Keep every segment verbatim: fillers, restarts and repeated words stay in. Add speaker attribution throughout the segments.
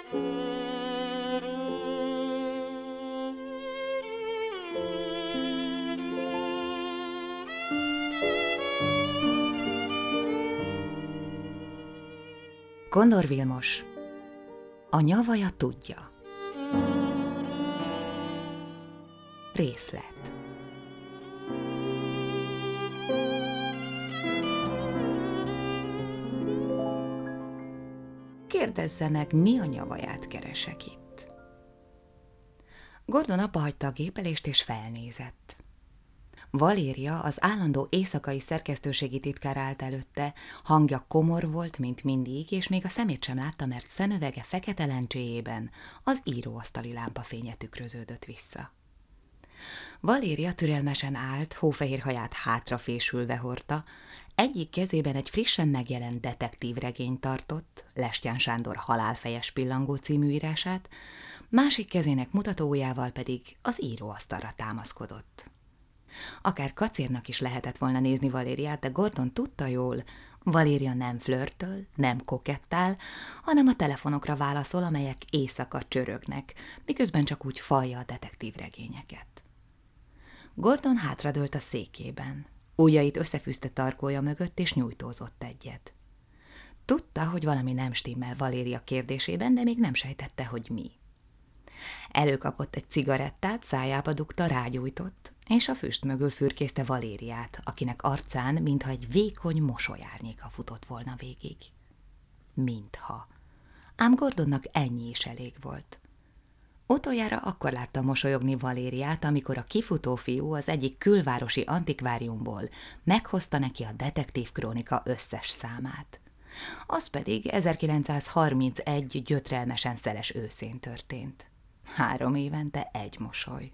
Speaker 1: Kondor Vilmos, a nyavaja tudja. Részlet. Kérdezze meg, mi a nyavaját keresek itt. Gordon abbahagyta a gépelést és felnézett. Valéria, az állandó éjszakai szerkesztőségi titkár állt előtte, hangja komor volt, mint mindig, és még a szemét sem látta, mert szemüvege fekete lencséjében az íróasztali lámpafénye tükröződött vissza. Valéria türelmesen állt, hófehér haját hátrafésülve hordta, egyik kezében egy frissen megjelent detektívregényt tartott, Lestján Sándor Halálfejes pillangó című írását, másik kezének mutatójával pedig az íróasztalra támaszkodott. Akár kacérnak is lehetett volna nézni Valériát, de Gordon tudta jól, Valéria nem flörtöl, nem kokettál, hanem a telefonokra válaszol, amelyek éjszaka csörögnek, miközben csak úgy falja a detektívregényeket. Gordon hátradőlt a székében, ujjait összefűzte tarkója mögött, és nyújtózott egyet. Tudta, hogy valami nem stimmel Valéria kérdésében, de még nem sejtette, hogy mi. Előkapott egy cigarettát, szájába dugta, rágyújtott, és a füst mögül fürkészte Valériát, akinek arcán mintha egy vékony mosolyárnyéka futott volna végig. Mintha. Ám Gordonnak ennyi is elég volt. Utoljára akkor látta mosolyogni Valériát, amikor a kifutó fiú az egyik külvárosi antikváriumból meghozta neki a Detektív Krónika összes számát. Az pedig ezerkilencszázharmincegy gyötrelmesen szeles őszén történt. Három évente egy mosoly.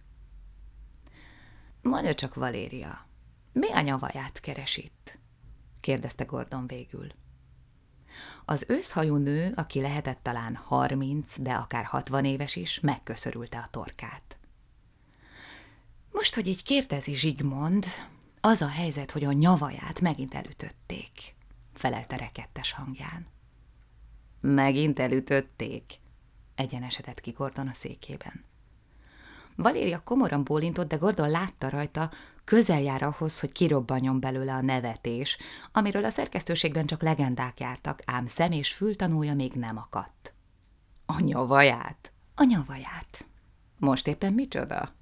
Speaker 1: Mondja csak, Valéria, mi a nyavaját keres itt? Kérdezte Gordon végül. Az őszhajú nő, aki lehetett talán harminc, de akár hatvan éves is, megköszörülte a torkát. Most, hogy így kérdezi Zsigmond, az a helyzet, hogy a nyavaját megint elütötték, felelte rekettes hangján. Megint elütötték? Egyenesedett ki Gordon a székében. Valéria komoran bólintott, de Gordon látta rajta, közel jár ahhoz, hogy kirobbanjon belőle a nevetés, amiről a szerkesztőségben csak legendák jártak, ám szem és fültanúja még nem akadt. A nyavaját? A nyavaját. Most éppen micsoda?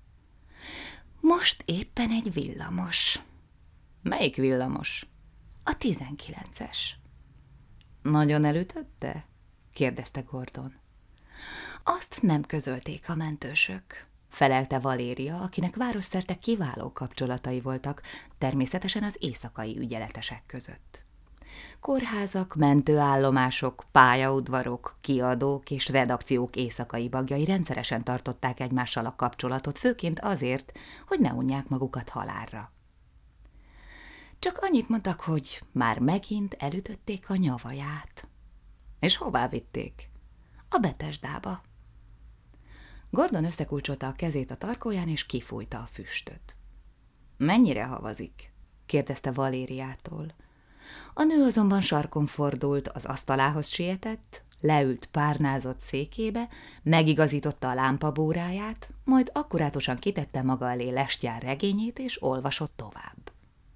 Speaker 1: Most éppen egy villamos. Melyik villamos? A tizenkilences. Nagyon elütötte? Kérdezte Gordon. Azt nem közölték a mentősök, felelte Valéria, akinek városszerte kiváló kapcsolatai voltak, természetesen az éjszakai ügyeletesek között. Kórházak, mentőállomások, pályaudvarok, kiadók és redakciók éjszakai bagjai rendszeresen tartották egymással a kapcsolatot, főként azért, hogy ne unják magukat halálra. Csak annyit mondtak, hogy már megint elütötték a nyavaját. És hová vitték? A Betesdába. Gordon összekulcsolta a kezét a tarkóján, és kifújta a füstöt. Mennyire havazik? Kérdezte Valériától. A nő azonban sarkon fordult, az asztalához sietett, leült párnázott székébe, megigazította a lámpabóráját, majd akkurátusan kitette maga elé Lestján regényét, és olvasott tovább.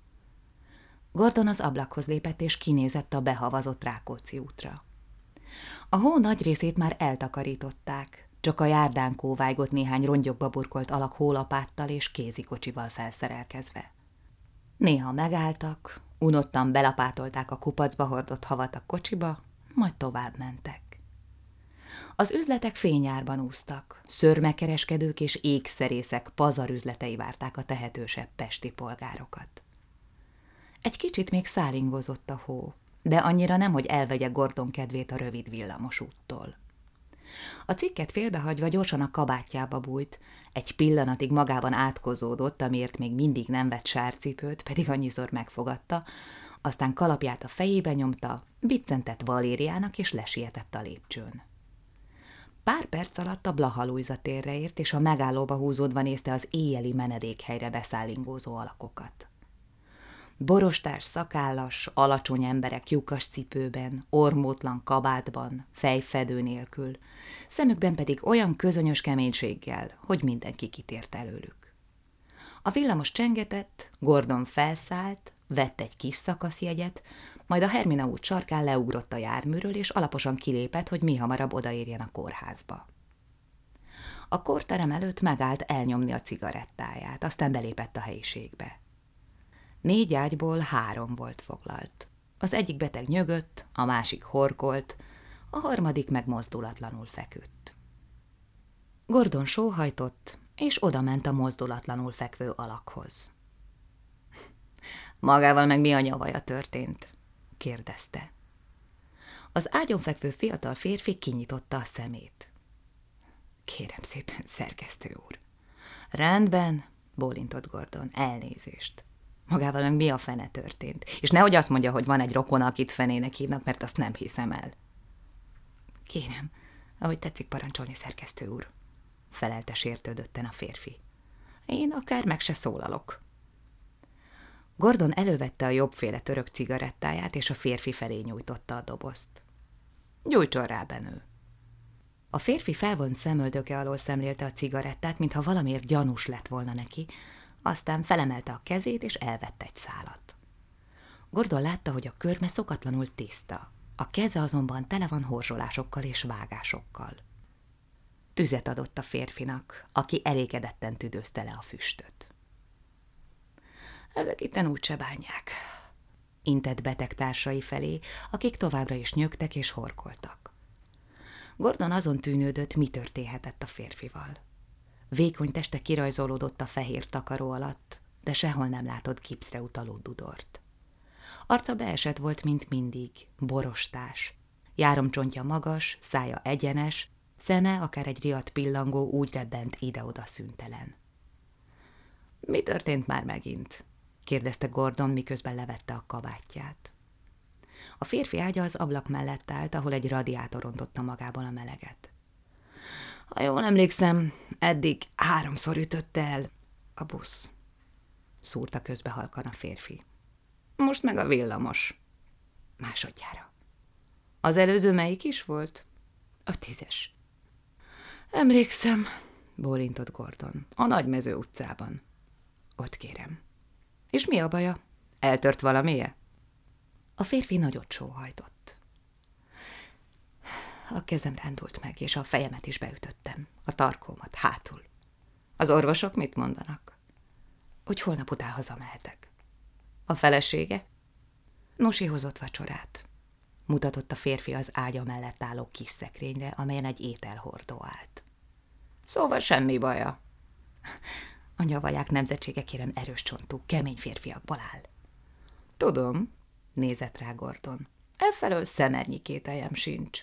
Speaker 1: Gordon az ablakhoz lépett, és kinézett a behavazott Rákóczi útra. A hó nagy részét már eltakarították, csak a járdán kóvájgott néhány rongyokba burkolt alak hólapáttal és kézikocsival felszerelkezve. Néha megálltak, unottan belapátolták a kupacba hordott havat a kocsiba, majd tovább mentek. Az üzletek fényárban úsztak, szőrmekereskedők és ékszerészek pazarüzletei várták a tehetősebb pesti polgárokat. Egy kicsit még szálingozott a hó, de annyira nem, hogy elvegye Gordon kedvét a rövid villamos úttól. A cikket félbehagyva gyorsan a kabátjába bújt, egy pillanatig magában átkozódott, amiért még mindig nem vett sárcipőt, pedig annyiszor megfogadta, aztán kalapját a fejébe nyomta, biccentett Valériának és lesietett a lépcsőn. Pár perc alatt a Blaha Lujza térre ért, és a megállóba húzódva nézte az éjjeli menedékhelyre beszállingózó alakokat. Borostás szakállas, alacsony emberek lyukas cipőben, ormótlan kabátban, fejfedő nélkül, szemükben pedig olyan közönyös keménységgel, hogy mindenki kitért előlük. A villamos csengetett, Gordon felszállt, vett egy kis szakaszjegyet, majd a Hermina út sarkán leugrott a járműről, és alaposan kilépett, hogy mihamarabb odaérjen a kórházba. A kórterem előtt megállt elnyomni a cigarettáját, aztán belépett a helyiségbe. Négy ágyból három volt foglalt. Az egyik beteg nyögött, a másik horkolt, a harmadik meg mozdulatlanul feküdt. Gordon sóhajtott, és odament a mozdulatlanul fekvő alakhoz. Magával meg mi a nyavaja történt? Kérdezte. Az ágyon fekvő fiatal férfi kinyitotta a szemét. Kérem szépen, szerkesztő úr. Rendben, bólintott Gordon, elnézést. Magával meg mi a fene történt? És nehogy azt mondja, hogy van egy rokona, akit fenének hívnak, mert azt nem hiszem el. Kérem, ahogy tetszik parancsolni, szerkesztő úr, felelte sértődötten a férfi. Én akár meg se szólalok. Gordon elővette a jobbféle török cigarettáját, és a férfi felé nyújtotta a dobozt. Gyújtson rá, Benő. A férfi felvont szemöldöke alól szemlélte a cigarettát, mintha valamiért gyanús lett volna neki, aztán felemelte a kezét, és elvette egy szálat. Gordon látta, hogy a körme szokatlanul tiszta, a keze azonban tele van horzsolásokkal és vágásokkal. Tüzet adott a férfinak, aki elégedetten tüdőzte le a füstöt. Ezek itten úgyse bánják, intett beteg társai felé, akik továbbra is nyögtek és horkoltak. Gordon azon tűnődött, mi történhetett a férfival. Vékony teste kirajzolódott a fehér takaró alatt, de sehol nem látott gipszre utaló dudort. Arca beesett volt, mint mindig, borostás. Járomcsontja magas, szája egyenes, szeme akár egy riadt pillangó úgy rebbent ide-oda szüntelen. Mi történt már megint? Kérdezte Gordon, miközben levette a kabátját. A férfi ágya az ablak mellett állt, ahol egy radiátor rontotta magából a meleget. Ha jól emlékszem, eddig háromszor ütötte el a busz, szúrta közbe halkan a férfi. Most meg a villamos. Másodjára. Az előző melyik is volt? A tízes. Emlékszem, bólintott Gordon, a Nagymező utcában. Ott kérem. És mi a baja? Eltört valamije? A férfi nagyot sóhajtott. A kezem rándult meg, és a fejemet is beütöttem, a tarkómat hátul. Az orvosok mit mondanak? Hogy holnap után hazamehetek. A felesége? Nosi hozott vacsorát. Mutatott a férfi az ágya mellett álló kis szekrényre, amelyen egy ételhordó állt. Szóval semmi baja. A nyavaják nemzetsége kérem erős csontú, kemény férfiakból áll. Tudom, nézett rá Gordon. Efelől szemernyi kételjem sincs.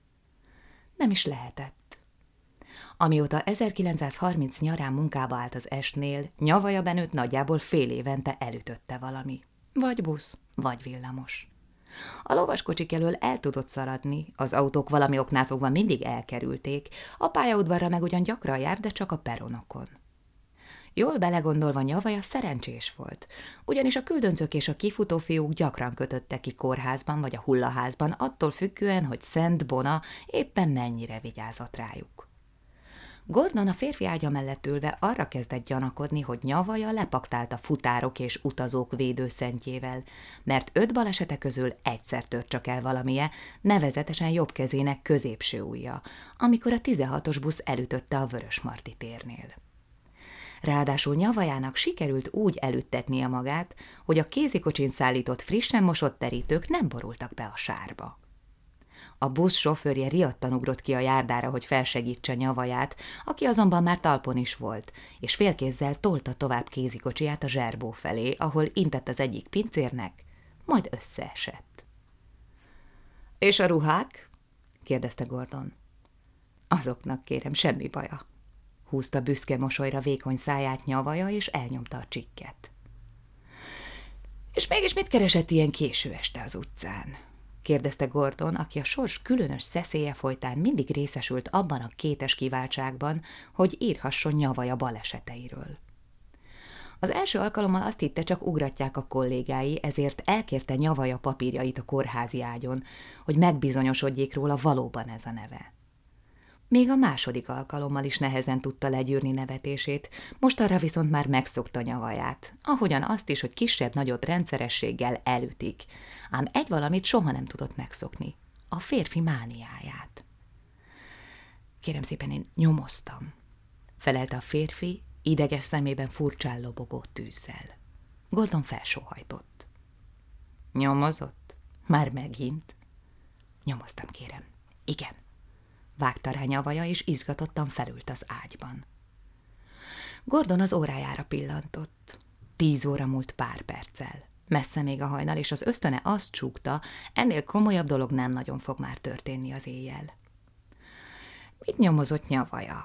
Speaker 1: Nem is lehetett. Amióta ezerkilencszázharminc nyarán munkába állt az Estnél, Nyavaja Benőt nagyjából fél évente elütötte valami. Vagy busz, vagy villamos. A lovaskocsik elől el tudott szaladni, az autók valami oknál fogva mindig elkerülték, a pályaudvarra meg ugyan gyakran jár, de csak a peronokon. Jól belegondolva Nyavaja szerencsés volt, ugyanis a küldöncök és a kifutó fiúk gyakran kötöttek ki kórházban vagy a hullaházban, attól függően, hogy Szent Bona éppen mennyire vigyázott rájuk. Gordon a férfi ágya mellett ülve arra kezdett gyanakodni, hogy Nyavaja lepaktált a futárok és utazók védőszentjével, mert öt balesete közül egyszer tört csak el valamije, nevezetesen jobb kezének középső ujja, amikor a tizenhatos busz elütötte a Vörösmarty térnél. Ráadásul Nyavajának sikerült úgy elüttetnie magát, hogy a kézikocsin szállított frissen mosott terítők nem borultak be a sárba. A busz sofőrje riadtan ugrott ki a járdára, hogy felsegítse Nyavaját, aki azonban már talpon is volt, és félkézzel tolta tovább kézikocsiját a zserbó felé, ahol intett az egyik pincérnek, majd összeesett. – És a ruhák? – kérdezte Gordon. – Azoknak kérem, semmi baja. Húzta büszke mosolyra vékony száját Nyavaja, és elnyomta a csikket. – És mégis mit keresett ilyen késő este az utcán? kérdezte Gordon, aki a sors különös szeszélye folytán mindig részesült abban a kétes kiváltságban, hogy írhasson Nyavaja baleseteiről. Az első alkalommal azt hitte, csak ugratják a kollégái, ezért elkérte Nyavaja papírjait a kórházi ágyon, hogy megbizonyosodjék róla, valóban ez a neve. Még a második alkalommal is nehezen tudta legyűrni nevetését, mostanra viszont már megszokta Nyavaját, ahogyan azt is, hogy kisebb-nagyobb rendszerességgel elütik, ám egy valamit soha nem tudott megszokni, a férfi mániáját. Kérem szépen, én nyomoztam, felelte a férfi, ideges szemében furcsán lobogó tűzzel. Gordon felsóhajtott. Nyomozott? Már megint? Nyomoztam, kérem. Igen. Vágta rá Nyavaja, és izgatottan felült az ágyban. Gordon az órájára pillantott. Tíz óra múlt pár perccel. Messze még a hajnal, és az ösztöne azt csúgta, ennél komolyabb dolog nem nagyon fog már történni az éjjel. Mit nyomozott Nyavaja?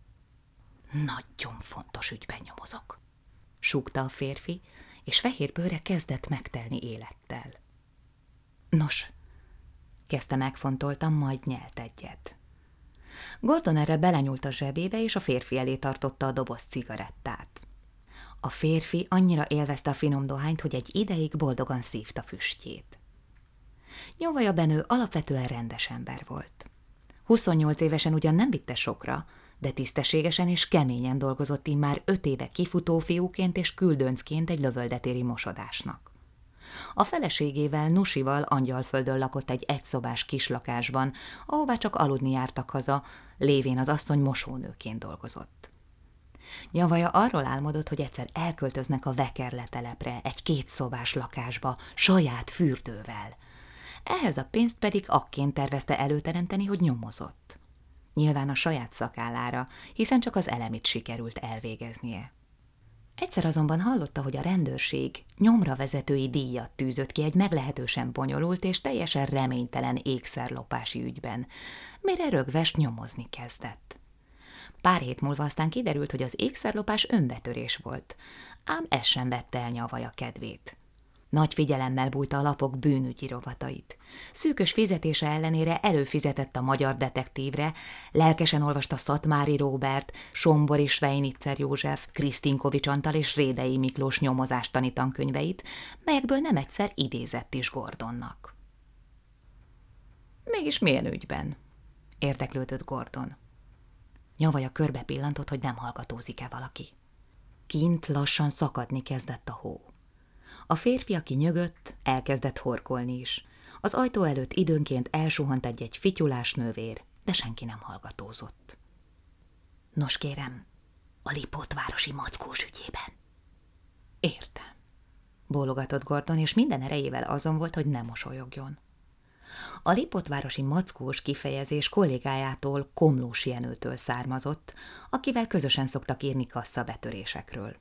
Speaker 1: Nagyon fontos ügyben nyomozok, súgta a férfi, és fehér bőre kezdett megtelni élettel. Nos, kezdte megfontoltam, majd nyelt egyet. Gordon erre belenyúlt a zsebébe, és a férfi elé tartotta a doboz cigarettát. A férfi annyira élvezte a finom dohányt, hogy egy ideig boldogan szívta füstjét. Nyavaja Benő alapvetően rendes ember volt. huszonnyolc évesen ugyan nem vitte sokra, de tisztességesen és keményen dolgozott immár öt éve kifutó fiúként és küldöncként egy lövöldetéri mosodásnak. A feleségével, Nusival Angyalföldön lakott egy egyszobás kislakásban, ahová csak aludni jártak haza, lévén az asszony mosónőként dolgozott. Nyavaja arról álmodott, hogy egyszer elköltöznek a Vekerle telepre, egy kétszobás lakásba, saját fürdővel. Ehhez a pénzt pedig akként tervezte előteremteni, hogy nyomozott. Nyilván a saját szakállára, hiszen csak az elemit sikerült elvégeznie. Egyszer azonban hallotta, hogy a rendőrség nyomravezetői díjat tűzött ki egy meglehetősen bonyolult és teljesen reménytelen ékszerlopási ügyben, mire rögvest nyomozni kezdett. Pár hét múlva aztán kiderült, hogy az ékszerlopás önbetörés volt, ám ez sem vette el Nyavaja kedvét. Nagy figyelemmel bújta a lapok bűnügyi rovatait. Szűkös fizetése ellenére előfizetett a magyar detektívre, lelkesen olvasta Szatmári Róbert, Sombori Sveinitzer József, Krisztinkovics Antal és Rédei Miklós nyomozástani tankönyveit, melyekből nem egyszer idézett is Gordonnak. Mégis milyen ügyben? Érdeklődött Gordon. Nyavaja körbe pillantott, hogy nem hallgatózik-e valaki. Kint lassan szakadni kezdett a hó. A férfi, aki nyögött, elkezdett horkolni is. Az ajtó előtt időnként elsuhant egy-egy fityulás nővér, de senki nem hallgatózott. Nos kérem, a Lipótvárosi mackós ügyében. Értem, bólogatott Gordon, és minden erejével azon volt, hogy ne mosolyogjon. A Lipótvárosi mackós kifejezés kollégájától, Komlós Jenőtől származott, akivel közösen szoktak írni kasszabetörésekről.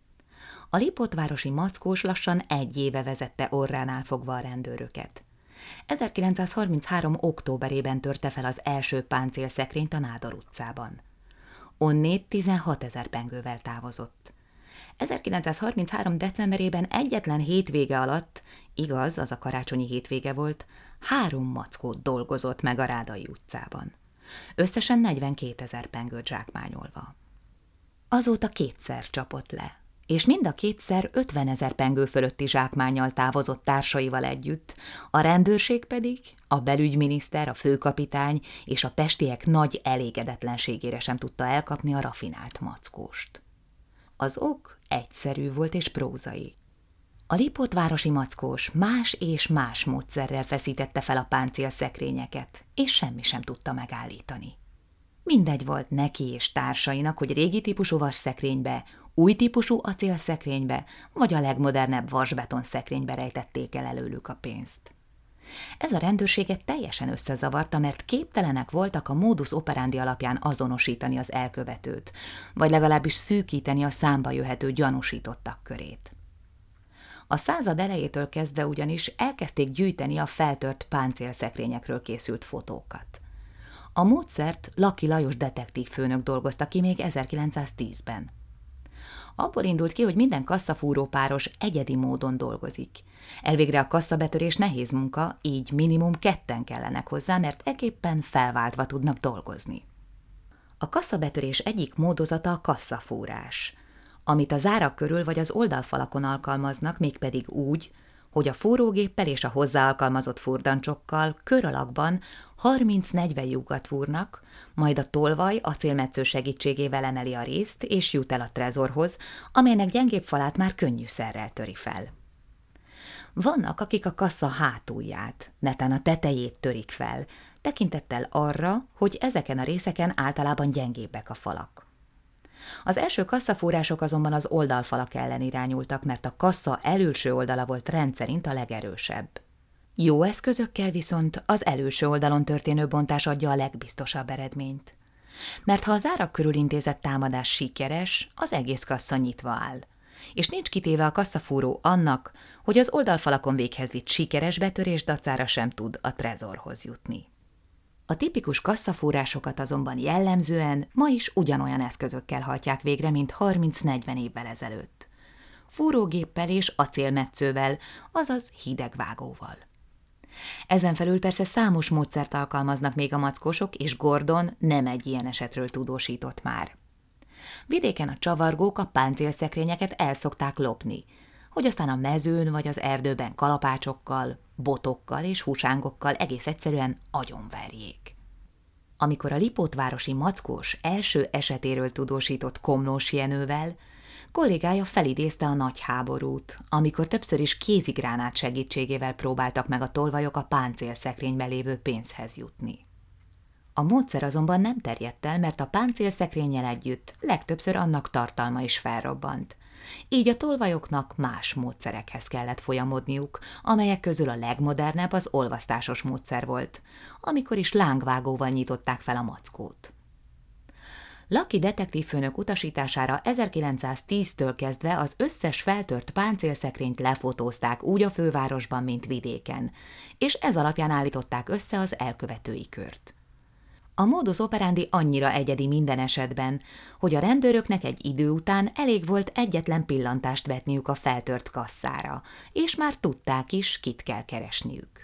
Speaker 1: A Lipótvárosi mackós lassan egy éve vezette orránál fogva a rendőröket. ezerkilencszázharminchárom. októberében törte fel az első páncélszekrényt a Nádor utcában. Onnét tizenhatezer pengővel távozott. ezerkilencszázharminchárom. decemberében egyetlen hétvége alatt, igaz, az a karácsonyi hétvége volt, három mackót dolgozott meg a Rádai utcában. Összesen negyvenkétezer pengőt zsákmányolva. Azóta kétszer csapott le, és mind a kétszer ötvenezer pengő fölötti zsákmánnyal távozott társaival együtt, a rendőrség pedig, a belügyminiszter, a főkapitány és a pestiek nagy elégedetlenségére sem tudta elkapni a rafinált mackóst. Az ok egyszerű volt és prózai. A Lipótvárosi mackós más és más módszerrel feszítette fel a páncélszekrényeket, és semmi sem tudta megállítani. Mindegy volt neki és társainak, hogy régi típusú vasszekrénybe, új típusú acélszekrénybe, vagy a legmodernebb vasbeton szekrénybe rejtették el előlük a pénzt. Ez a rendőrséget teljesen összezavarta, mert képtelenek voltak a modus operandi alapján azonosítani az elkövetőt, vagy legalábbis szűkíteni a számba jöhető gyanúsítottak körét. A század elejétől kezdve ugyanis elkezdték gyűjteni a feltört páncélszekrényekről készült fotókat. A módszert Laki Lajos detektívfőnök dolgozta ki még ezerkilencszáztízben. Abból indult ki, hogy minden kasszafúrópáros egyedi módon dolgozik. Elvégre a kasszabetörés nehéz munka, így minimum ketten kellenek hozzá, mert ekképpen felváltva tudnak dolgozni. A kasszabetörés egyik módozata a kasszafúrás. amit a zárak körül vagy az oldalfalakon alkalmaznak, mégpedig úgy, hogy a fúrógéppel és a hozzá alkalmazott furdancsokkal kör alakban harminc-negyven lyukat fúrnak, majd a tolvaj acélmetsző segítségével emeli a részt és jut el a trezorhoz, amelynek gyengébb falát már könnyűszerrel töri fel. Vannak, akik a kassa hátulját, netán a tetejét törik fel, tekintettel arra, hogy ezeken a részeken általában gyengébbek a falak. Az első kasszafúrások azonban az oldalfalak ellen irányultak, mert a kassa előső oldala volt rendszerint a legerősebb. Jó eszközökkel viszont az előső oldalon történő bontás adja a legbiztosabb eredményt. Mert ha az zárak körül intézett támadás sikeres, az egész kassa nyitva áll, és nincs kitéve a kasszafúró annak, hogy az oldalfalakon véghez vitt sikeres betörés dacára sem tud a trezorhoz jutni. A tipikus kasszafúrásokat azonban jellemzően ma is ugyanolyan eszközökkel hajtják végre, mint harminc-negyven évvel ezelőtt. Fúrógéppel és acélmetszővel, azaz hidegvágóval. Ezen felül persze számos módszert alkalmaznak még a mackósok, és Gordon nem egy ilyen esetről tudósított már. Vidéken a csavargók a páncélszekrényeket el szokták lopni, hogy aztán a mezőn vagy az erdőben kalapácsokkal, botokkal és húsángokkal egész egyszerűen agyonverjék. Amikor a lipótvárosi mackós első esetéről tudósított Komlós Jenővel, kollégája felidézte a nagy háborút, amikor többször is kézigránát segítségével próbáltak meg a tolvajok a páncélszekrényben lévő pénzhez jutni. A módszer azonban nem terjedt el, mert a páncélszekrényel együtt legtöbbször annak tartalma is felrobbant. Így a tolvajoknak más módszerekhez kellett folyamodniuk, amelyek közül a legmodernebb az olvasztásos módszer volt, amikor is lángvágóval nyitották fel a mackót. Lucky detektívfőnök utasítására ezerkilencszáztíztől kezdve az összes feltört páncélszekrényt lefotózták úgy a fővárosban, mint vidéken, és ez alapján állították össze az elkövetői kört. A modus operandi annyira egyedi minden esetben, hogy a rendőröknek egy idő után elég volt egyetlen pillantást vetniük a feltört kasszára, és már tudták is, kit kell keresniük.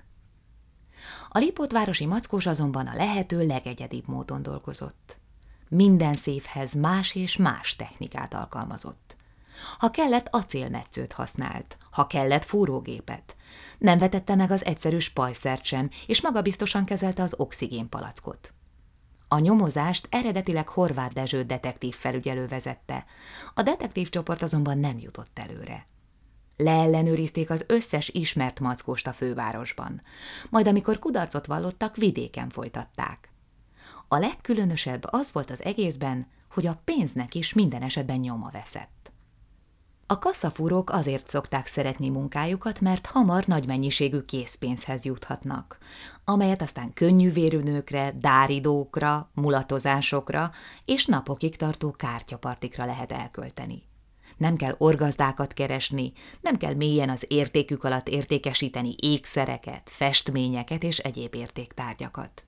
Speaker 1: A lipótvárosi mackós azonban a lehető legegyedibb módon dolgozott. Minden széfhez más és más technikát alkalmazott. Ha kellett, acélmetszőt használt, ha kellett, fúrógépet. Nem vetette meg az egyszerű spajszert sem, és magabiztosan kezelte az oxigénpalackot. A nyomozást eredetileg Horváth Dezső detektív felügyelő vezette, a detektívcsoport azonban nem jutott előre. Leellenőrizték az összes ismert mackóst a fővárosban, majd amikor kudarcot vallottak, vidéken folytatták. A legkülönösebb az volt az egészben, hogy a pénznek is minden esetben nyoma veszett. A kasszafúrók azért szokták szeretni munkájukat, mert hamar nagy mennyiségű készpénzhez juthatnak, amelyet aztán könnyűvérű nőkre, dáridókra, mulatozásokra és napokig tartó kártyapartikra lehet elkölteni. Nem kell orgazdákat keresni, nem kell mélyen az értékük alatt értékesíteni ékszereket, festményeket és egyéb értéktárgyakat.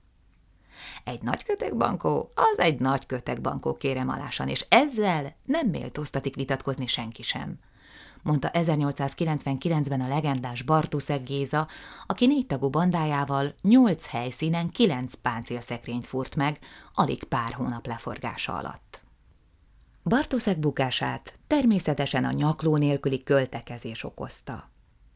Speaker 1: Egy nagy kötegbankó, az egy nagy kötegbankó, kérem alásan, és ezzel nem méltóztatik vitatkozni senki sem, mondta ezernyolcszázkilencvenkilencben a legendás Bartuszek Géza, aki négy tagú bandájával nyolc helyszínen kilenc páncélszekrényt fúrt meg, alig pár hónap leforgása alatt. Bartuszek bukását természetesen a nyakló nélküli költekezés okozta.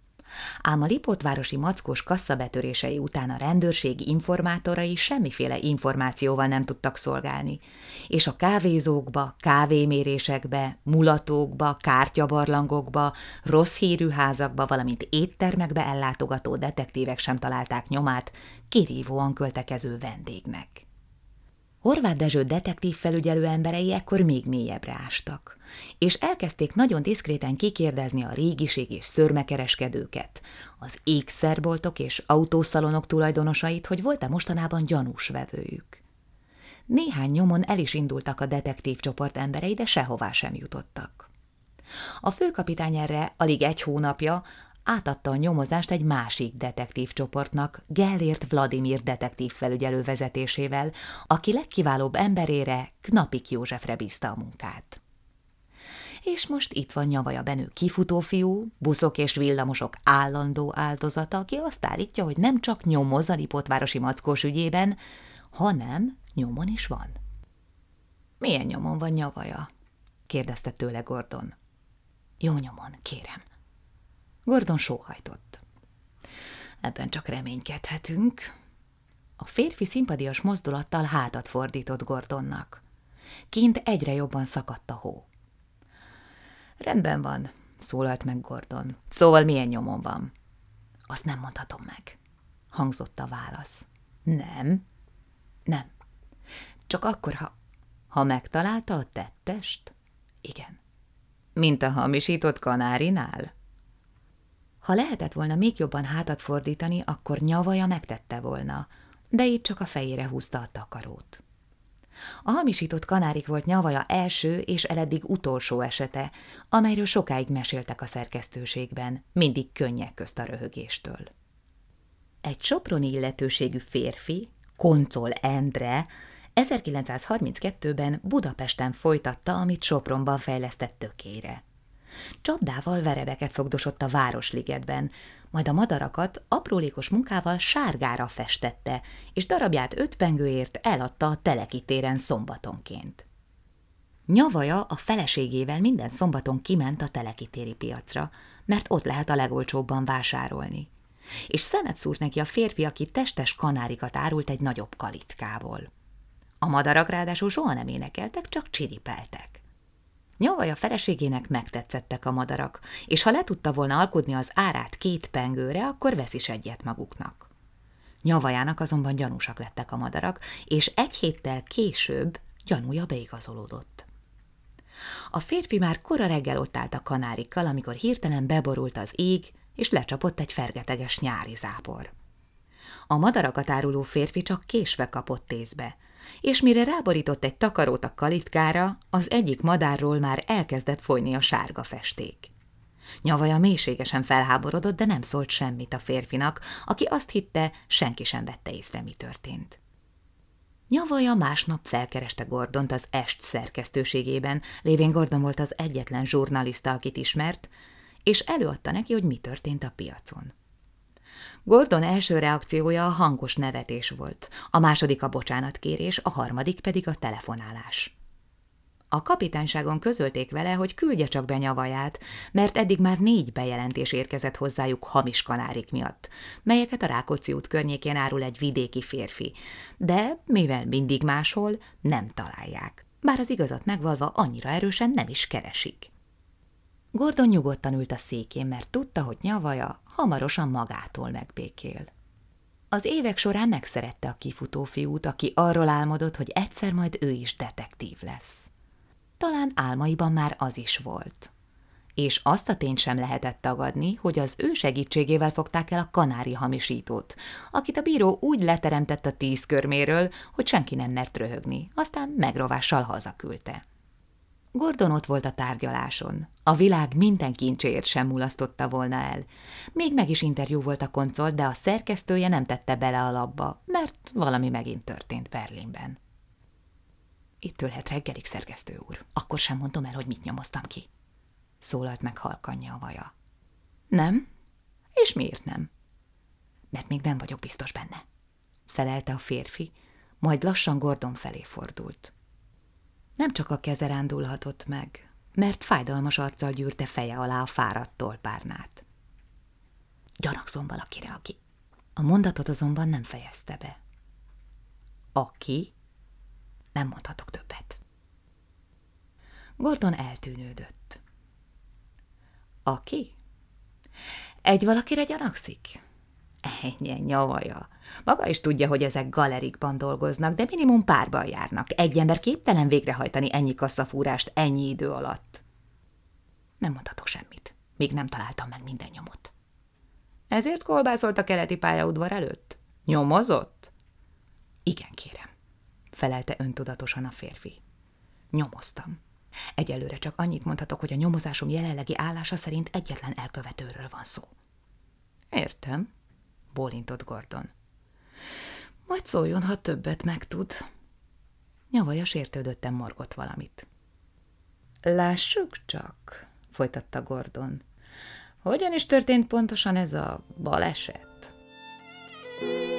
Speaker 1: Ám a lipótvárosi mackós kasszabetörései után a rendőrség informátorai semmiféle információval nem tudtak szolgálni, és a kávézókba, kávémérésekbe, mulatókba, kártyabarlangokba, rossz hírű házakba, valamint éttermekbe ellátogató detektívek sem találták nyomát kirívóan költekező vendégnek. Horváth Dezső detektív felügyelő emberei ekkor még mélyebbre ástak, és elkezdték nagyon diszkréten kikérdezni a régiség és szörmekereskedőket, az ékszerboltok és autószalonok tulajdonosait, hogy volt-e mostanában gyanús vevőjük. Néhány nyomon el is indultak a detektív csoport emberei, de sehová sem jutottak. A főkapitány erre alig egy hónapja átadta a nyomozást egy másik detektív csoportnak, Gellért Vladimir detektív felügyelő vezetésével, aki legkiválóbb emberére, Knapik Józsefre bízta a munkát. És most itt van Nyavaja Benő kifutófiú, buszok és villamosok állandó áldozata, aki azt állítja, hogy nem csak nyomoz a lipótvárosi mackós ügyében, hanem nyomon is van. Milyen nyomon van Nyavaja? kérdezte tőle Gordon. Jó nyomon, kérem. Gordon sóhajtott. Ebben csak reménykedhetünk. A férfi szimpadias mozdulattal hátat fordított Gordonnak. Kint egyre jobban szakadt a hó. Rendben van, szólalt meg Gordon. Szóval milyen nyomon van? Azt nem mondhatom meg, hangzott a válasz. Nem? Nem. Csak akkor, ha... Ha megtalálta a tettest? Igen. Mint a hamisított kanárinál? Ha lehetett volna még jobban hátat fordítani, akkor Nyavaja megtette volna, de így csak a fejére húzta a takarót. A hamisított kanárik volt Nyavaja első és eleddig utolsó esete, amelyről sokáig meséltek a szerkesztőségben, mindig könnyek közt a röhögéstől. Egy soproni illetőségű férfi, Koncol Endre, ezerkilencszázharminckettőben Budapesten folytatta, amit Sopronban fejlesztett tökére. Csapdával verebeket fogdosott a Városligetben, majd a madarakat aprólékos munkával sárgára festette, és darabját öt pengőért eladta a Teleki téren szombatonként. Nyavaja a feleségével minden szombaton kiment a Teleki téri piacra, mert ott lehet a legolcsóbban vásárolni. És szemet szúrt neki a férfi, aki testes kanárikat árult egy nagyobb kalitkából. A madarak ráadásul soha nem énekeltek, csak csiripeltek. Nyavaja feleségének megtetszettek a madarak, és ha le tudta volna alkudni az árát két pengőre, akkor vesz is egyet maguknak. Nyavajának azonban gyanúsak lettek a madarak, és egy héttel később gyanúja beigazolódott. A férfi már kora reggel ott állt a kanárikkal, amikor hirtelen beborult az ég, és lecsapott egy fergeteges nyári zápor. A madarakat áruló férfi csak késve kapott észbe, és mire ráborított egy takarót a kalitkára, az egyik madárról már elkezdett folyni a sárga festék. Nyavaja mélységesen felháborodott, de nem szólt semmit a férfinak, aki azt hitte, senki sem vette észre, mi történt. Nyavaja másnap felkereste Gordont az Est szerkesztőségében, lévén Gordon volt az egyetlen zsurnalista, akit ismert, és előadta neki, hogy mi történt a piacon. Gordon első reakciója a hangos nevetés volt, a második a bocsánatkérés, a harmadik pedig a telefonálás. A kapitányságon közölték vele, hogy küldje csak be Nyavaját, mert eddig már négy bejelentés érkezett hozzájuk hamis kanárik miatt, melyeket a Rákóczi út környékén árul egy vidéki férfi, de mivel mindig máshol, nem találják, bár az igazat megvalva annyira erősen nem is keresik. Gordon nyugodtan ült a székén, mert tudta, hogy Nyavaja hamarosan magától megbékél. Az évek során megszerette a kifutó fiút, aki arról álmodott, hogy egyszer majd ő is detektív lesz. Talán álmaiban már az is volt. És azt a tényt sem lehetett tagadni, hogy az ő segítségével fogták el a kanári hamisítót, akit a bíró úgy leteremtett a tíz körméről, hogy senki nem mert röhögni, aztán megrovással hazaküldte. Gordon ott volt a tárgyaláson. A világ minden kincséért sem mulasztotta volna el. Még meg is interjú volt a Koncol, de a szerkesztője nem tette bele a labba, mert valami megint történt Berlinben. Itt ülhet reggelig, szerkesztő úr. Akkor sem mondom el, hogy mit nyomoztam ki. Szólalt meg halkan Nyavaja. Nem? És miért nem? Mert még nem vagyok biztos benne. Felelte a férfi, majd lassan Gordon felé fordult. Nem csak a keze rándulhatott meg, mert fájdalmas arccal gyűrte feje alá a fáradt tolpárnát. Gyanakszom valakire, aki... A mondatot azonban nem fejezte be. Aki? Nem mondhatok többet. Gordon eltűnődött. Aki? Egy valakire gyanakszik? Ennyi, Nyavaja. Maga is tudja, hogy ezek galerikban dolgoznak, de minimum párban járnak. Egy ember képtelen végrehajtani ennyi kasszafúrást ennyi idő alatt. Nem mondhatok semmit, még nem találtam meg minden nyomot. Ezért kolbászolt a keleti pályaudvar előtt? Nyomozott? Igen, kérem, felelte öntudatosan a férfi. Nyomoztam. Egyelőre csak annyit mondhatok, hogy a nyomozásom jelenlegi állása szerint egyetlen elkövetőről van szó. Értem, bólintott Gordon. Majd szóljon, ha többet megtud. Nyavaja sértődötten morgott valamit. Lássuk csak, folytatta Gordon. Hogyan is történt pontosan ez a baleset?